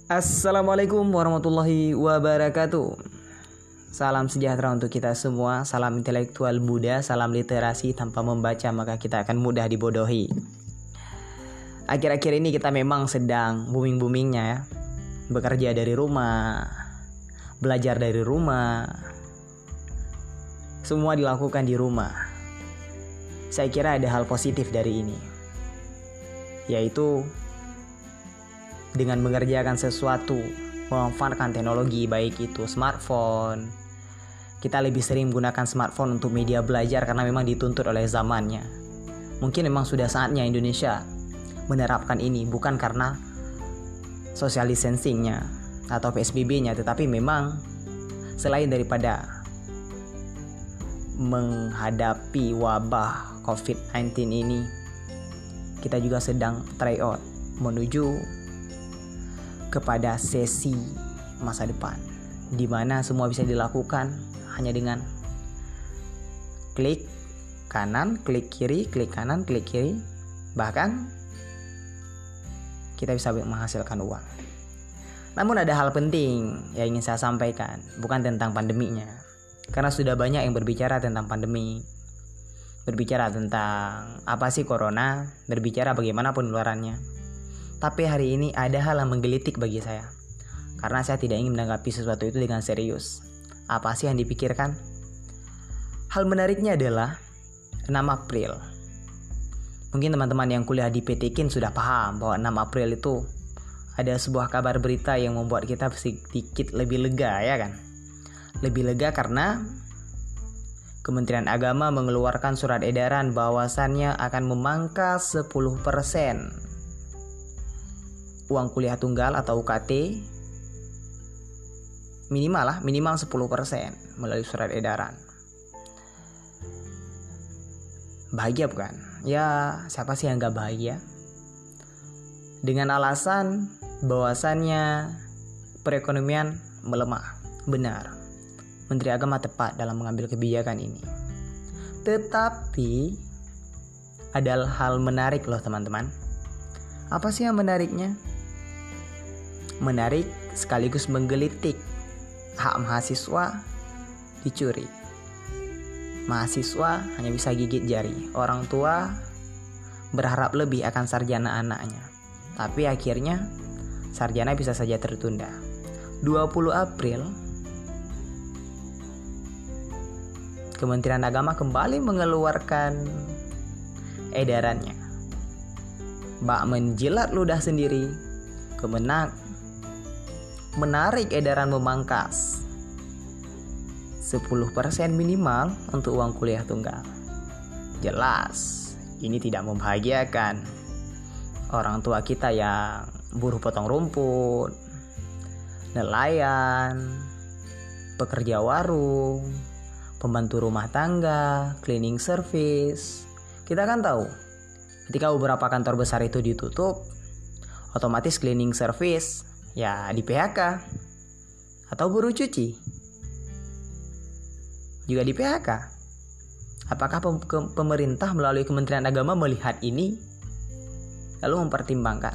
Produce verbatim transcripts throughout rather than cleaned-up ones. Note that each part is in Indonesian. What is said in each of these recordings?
Assalamualaikum warahmatullahi wabarakatuh. Salam sejahtera untuk kita semua. Salam intelektual Buddha. Salam literasi. Tanpa membaca maka kita akan mudah dibodohi. Akhir-akhir ini kita memang sedang booming-boomingnya ya. Bekerja dari rumah, belajar dari rumah, semua dilakukan di rumah. Saya kira ada hal positif dari ini, yaitu dengan mengerjakan sesuatu, memanfaatkan teknologi, baik itu smartphone. Kita lebih sering menggunakan smartphone untuk media belajar karena memang dituntut oleh zamannya. Mungkin memang sudah saatnya Indonesia menerapkan ini, bukan karena social distancing-nya atau P S B B-nya, tetapi memang selain daripada menghadapi wabah covid sembilan belas ini, kita juga sedang try out menuju kepada sesi masa depan, di mana semua bisa dilakukan hanya dengan klik kanan, klik kiri, klik kanan, klik kiri. Bahkan kita bisa menghasilkan uang. Namun ada hal penting yang ingin saya sampaikan, bukan tentang pandeminya, karena sudah banyak yang berbicara tentang pandemi, berbicara tentang apa sih corona, berbicara bagaimana penularannya. Tapi hari ini ada hal yang menggelitik bagi saya, karena saya tidak ingin menanggapi sesuatu itu dengan serius. Apa sih yang dipikirkan? Hal menariknya adalah enam April. Mungkin teman-teman yang kuliah di P T K I N sudah paham bahwa enam April itu ada sebuah kabar berita yang membuat kita sedikit lebih lega, ya kan? Lebih lega karena Kementerian Agama mengeluarkan surat edaran bahwasannya akan memangkas sepuluh persen uang kuliah tunggal atau U K T, minimal lah, minimal sepuluh persen melalui surat edaran. Bahagia bukan? Ya, siapa sih yang gak bahagia? Dengan alasan bahwasannya perekonomian melemah. Benar, Menteri Agama tepat dalam mengambil kebijakan ini. Tetapi ada hal menarik loh teman-teman. Apa sih yang menariknya? Menarik sekaligus menggelitik. Hak mahasiswa dicuri. Mahasiswa hanya bisa gigit jari. Orang tua berharap lebih akan sarjana anaknya, tapi akhirnya sarjana bisa saja tertunda. dua puluh April Kementerian Agama kembali mengeluarkan edarannya. Bak menjilat ludah sendiri, Kemenak menarik edaran memangkas sepuluh persen minimal untuk uang kuliah tunggal. Jelas ini tidak membahagiakan orang tua kita yang buruh potong rumput, nelayan, pekerja warung, pembantu rumah tangga, cleaning service. Kita kan tahu, ketika beberapa kantor besar itu ditutup, otomatis cleaning service ya di P H K, atau buruh cuci juga di P H K. Apakah pem- ke- pemerintah melalui Kementerian Agama melihat ini lalu mempertimbangkan?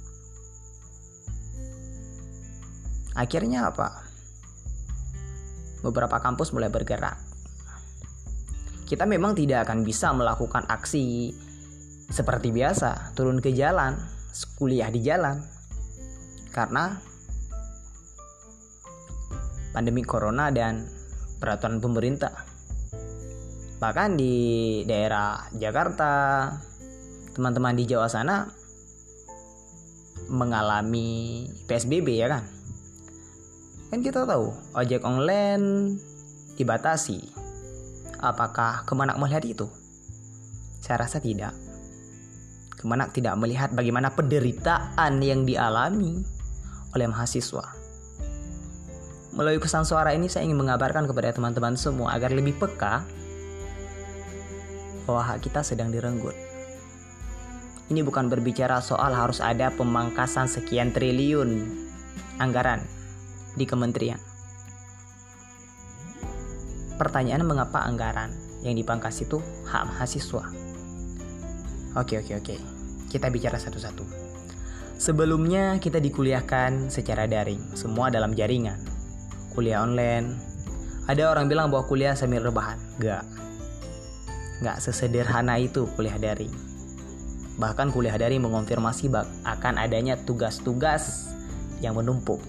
Akhirnya apa? Beberapa kampus mulai bergerak. Kita memang tidak akan bisa melakukan aksi seperti biasa, turun ke jalan, kuliah di jalan, karena pandemi corona dan peraturan pemerintah. Bahkan di daerah Jakarta, teman-teman di Jawa sana mengalami P S B B, ya kan? Kan kita tahu ojek online dibatasi. Apakah Kemenak melihat itu? Saya rasa tidak. Kemenak tidak melihat bagaimana penderitaan yang dialami oleh mahasiswa. Melalui pesan suara ini saya ingin mengabarkan kepada teman-teman semua agar lebih peka bahwa hak kita sedang direnggut. Ini bukan berbicara soal harus ada pemangkasan sekian triliun anggaran di kementerian. Pertanyaan mengapa anggaran yang dipangkas itu hak mahasiswa? Oke oke oke. Kita bicara satu-satu. Sebelumnya kita dikuliahkan secara daring, semua dalam jaringan. Kuliah online. Ada orang bilang bahwa kuliah sambil rebahan. Enggak. Enggak sesederhana itu kuliah daring. Bahkan kuliah daring mengonfirmasi akan adanya tugas-tugas yang menumpuk.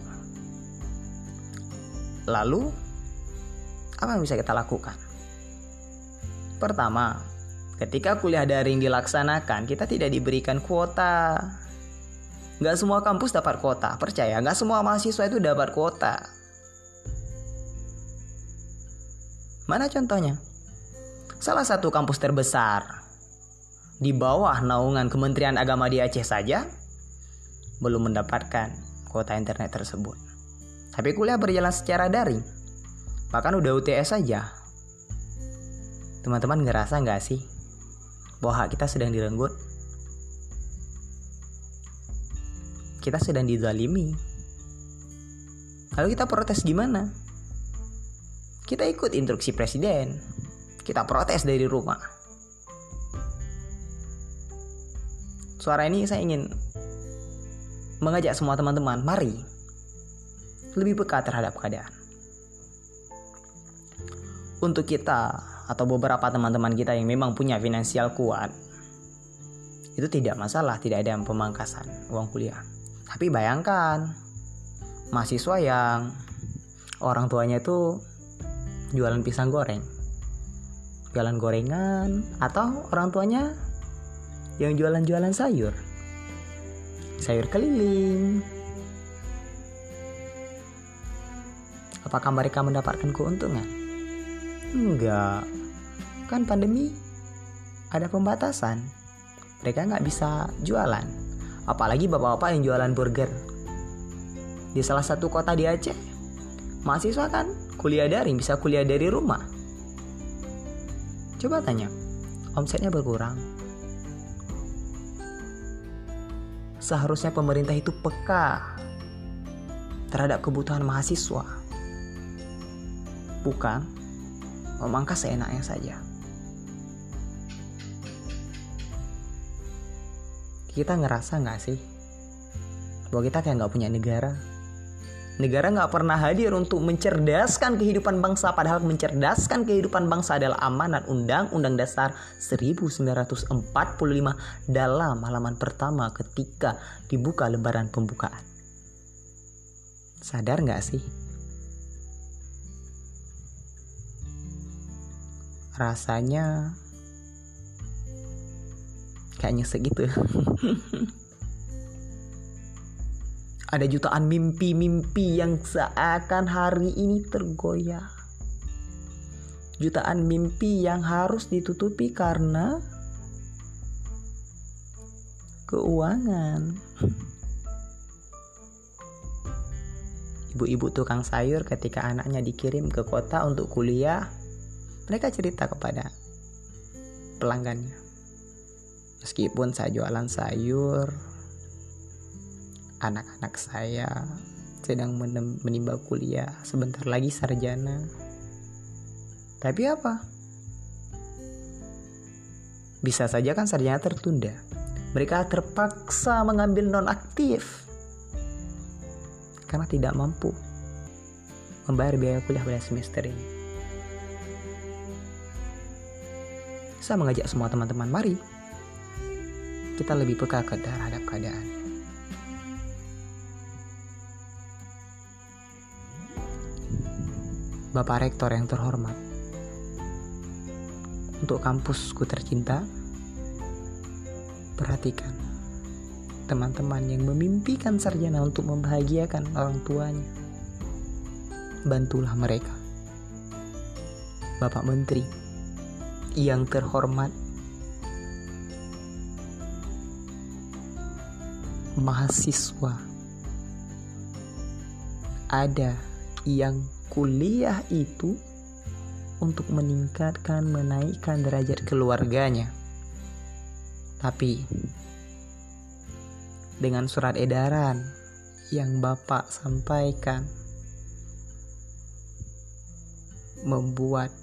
Lalu, apa yang bisa kita lakukan? Pertama, ketika kuliah daring dilaksanakan, kita tidak diberikan kuota. Gak semua kampus dapat kuota, percaya. Gak semua mahasiswa itu dapat kuota. Mana contohnya? Salah satu kampus terbesar di bawah naungan Kementerian Agama di Aceh saja belum mendapatkan kuota internet tersebut. Tapi kuliah berjalan secara daring. Bahkan udah U T S saja. Teman-teman ngerasa gak sih bahwa hak kita sedang direnggut? Kita sedang dizalimi. Lalu kita protes gimana? Kita ikut instruksi presiden. Kita protes dari rumah. Suara ini saya ingin mengajak semua teman-teman, mari lebih peka terhadap keadaan. Untuk kita atau beberapa teman-teman kita yang memang punya finansial kuat, itu tidak masalah, tidak ada pemangkasan uang kuliah. Tapi bayangkan mahasiswa yang orang tuanya itu jualan pisang goreng, jualan gorengan, atau orang tuanya yang jualan-jualan sayur, sayur keliling. Apakah mereka mendapatkan keuntungan? Enggak. Kan pandemi ada pembatasan. Mereka nggak bisa jualan. Apalagi bapak-bapak yang jualan burger di salah satu kota di Aceh. Mahasiswa kan kuliah daring, bisa kuliah dari rumah. Coba tanya, omsetnya berkurang. Seharusnya pemerintah itu peka terhadap kebutuhan mahasiswa, bukan memangkas seenaknya saja. Kita ngerasa gak sih bahwa kita kayak gak punya negara? Negara gak pernah hadir untuk mencerdaskan kehidupan bangsa. Padahal mencerdaskan kehidupan bangsa adalah amanat Undang-Undang Dasar seribu sembilan ratus empat puluh lima dalam halaman pertama ketika dibuka lembaran pembukaan. Sadar gak sih? Rasanya kayak nyesek gitu. Ada jutaan mimpi-mimpi yang seakan hari ini tergoyah. Jutaan mimpi yang harus ditutupi karena keuangan. Ibu-ibu tukang sayur ketika anaknya dikirim ke kota untuk kuliah, mereka cerita kepada pelanggannya, meskipun saya jualan sayur, anak-anak saya sedang menimba kuliah, sebentar lagi sarjana. Tapi apa? Bisa saja kan sarjana tertunda. Mereka terpaksa mengambil nonaktif karena tidak mampu membayar biaya kuliah pada semester ini. Saya mengajak semua teman-teman, mari kita lebih peka terhadap keadaan. Bapak Rektor yang terhormat, untuk kampusku tercinta, perhatikan teman-teman yang memimpikan sarjana untuk membahagiakan orang tuanya. Bantulah mereka. Bapak Menteri yang terhormat, mahasiswa ada yang kuliah itu untuk meningkatkan, menaikkan derajat keluarganya, tapi dengan surat edaran yang Bapak sampaikan membuat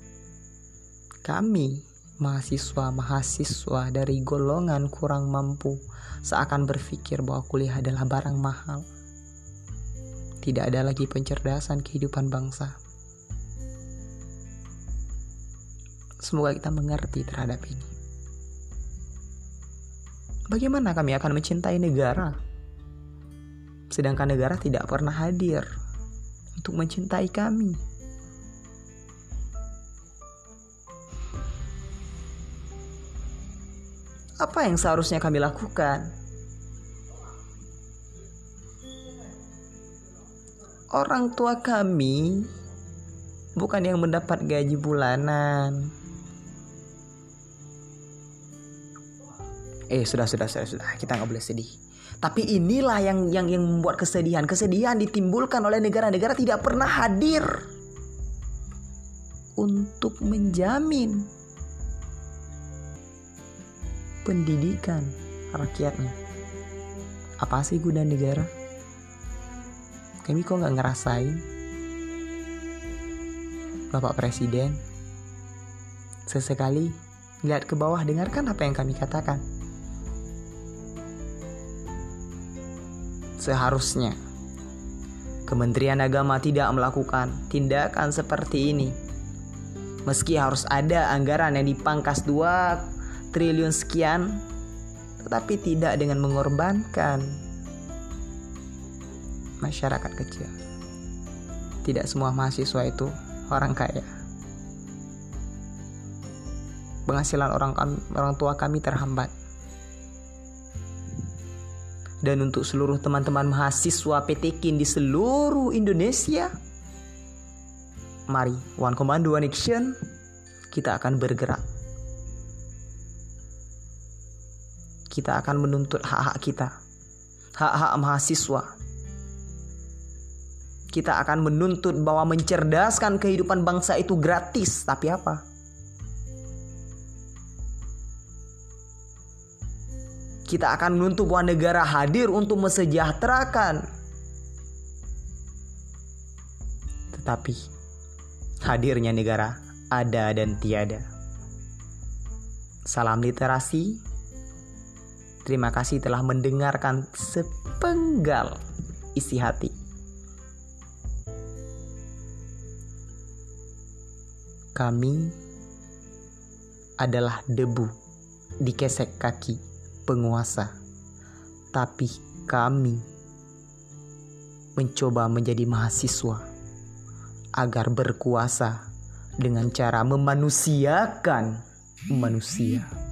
kami mahasiswa-mahasiswa dari golongan kurang mampu seakan berpikir bahwa kuliah adalah barang mahal. Tidak ada lagi pencerdasan kehidupan bangsa. Semoga kita mengerti terhadap ini. Bagaimana kami akan mencintai negara, sedangkan negara tidak pernah hadir untuk mencintai kami? Apa yang seharusnya kami lakukan? Orang tua kami bukan yang mendapat gaji bulanan. Eh sudah sudah sudah sudah kita nggak boleh sedih. Tapi inilah yang yang yang membuat kesedihan. Kesedihan ditimbulkan oleh negara-negara tidak pernah hadir untuk menjamin pendidikan rakyatnya. Apa sih guna negara? Kami kok nggak ngerasain? Bapak Presiden, sesekali lihat ke bawah, dengarkan apa yang kami katakan. Seharusnya Kementerian Agama tidak melakukan tindakan seperti ini. Meski harus ada anggaran yang dipangkas dua triliun sekian, tetapi tidak dengan mengorbankan masyarakat kecil. Tidak semua mahasiswa itu orang kaya. Penghasilan orang orang tua kami terhambat. Dan untuk seluruh teman-teman mahasiswa P T K I N di seluruh Indonesia, mari One Command One Action, kita akan bergerak. Kita akan menuntut hak-hak kita, hak-hak mahasiswa. Kita akan menuntut bahwa mencerdaskan kehidupan bangsa itu gratis. Tapi apa? Kita akan menuntut bahwa negara hadir untuk mesejahterakan. Tetapi hadirnya negara ada dan tiada. Salam literasi. Terima kasih telah mendengarkan sepenggal isi hati. Kami adalah debu di kesek kaki penguasa, tapi kami mencoba menjadi mahasiswa agar berkuasa dengan cara memanusiakan manusia.